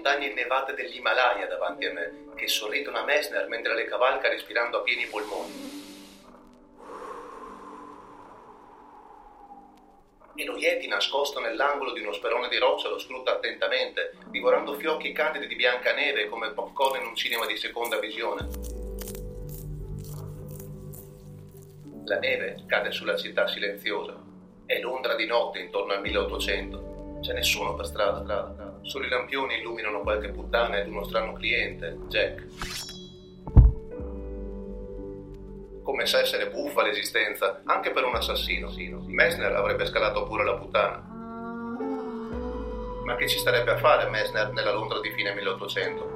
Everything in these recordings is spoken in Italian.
montagne innevate dell'Himalaya davanti a me, che sorridono a Messner mentre le cavalca respirando a pieni polmoni. E lo Yeti nascosto nell'angolo di uno sperone di roccia lo scruta attentamente, divorando fiocchi candidi di Biancaneve come popcorn in un cinema di seconda visione. La neve cade sulla città silenziosa. È Londra di notte intorno al 1800. C'è nessuno per strada. Solo i lampioni illuminano qualche puttana ed uno strano cliente, Jack. Come sa essere buffa l'esistenza, anche per un assassino. Messner avrebbe scalato pure la puttana. Ma che ci starebbe a fare Messner nella Londra di fine 1800?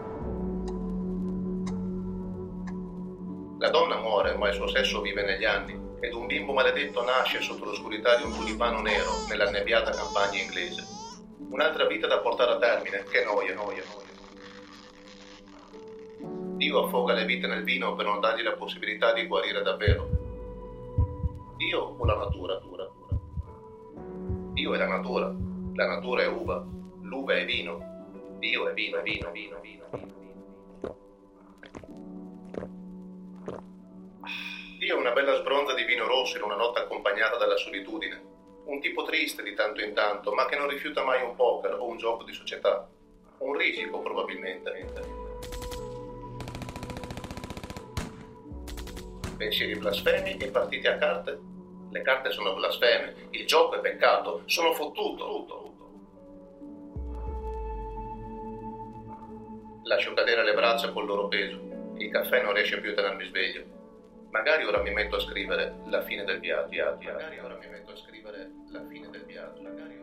La donna muore, ma il suo sesso vive negli anni, ed un bimbo maledetto nasce sotto l'oscurità di un tulipano nero nella annebbiata campagna inglese. Un'altra vita da portare a termine, che noia. Dio affoga le vite nel vino per non dargli la possibilità di guarire davvero. Dio o la natura? Dio è la natura è uva, l'uva è vino, Dio è vino. Dio è una bella sbronza di vino rosso in una notte accompagnata dalla solitudine. Un tipo triste di tanto in tanto, ma che non rifiuta mai un poker o un gioco di società. Un risico, probabilmente. Pensieri blasfemi e partite a carte? Le carte sono blasfeme, il gioco è peccato, sono fottuto. Lascio cadere le braccia col loro peso, il caffè non riesce più a tenermi sveglio. Magari ora mi metto a scrivere la fine del viaggio.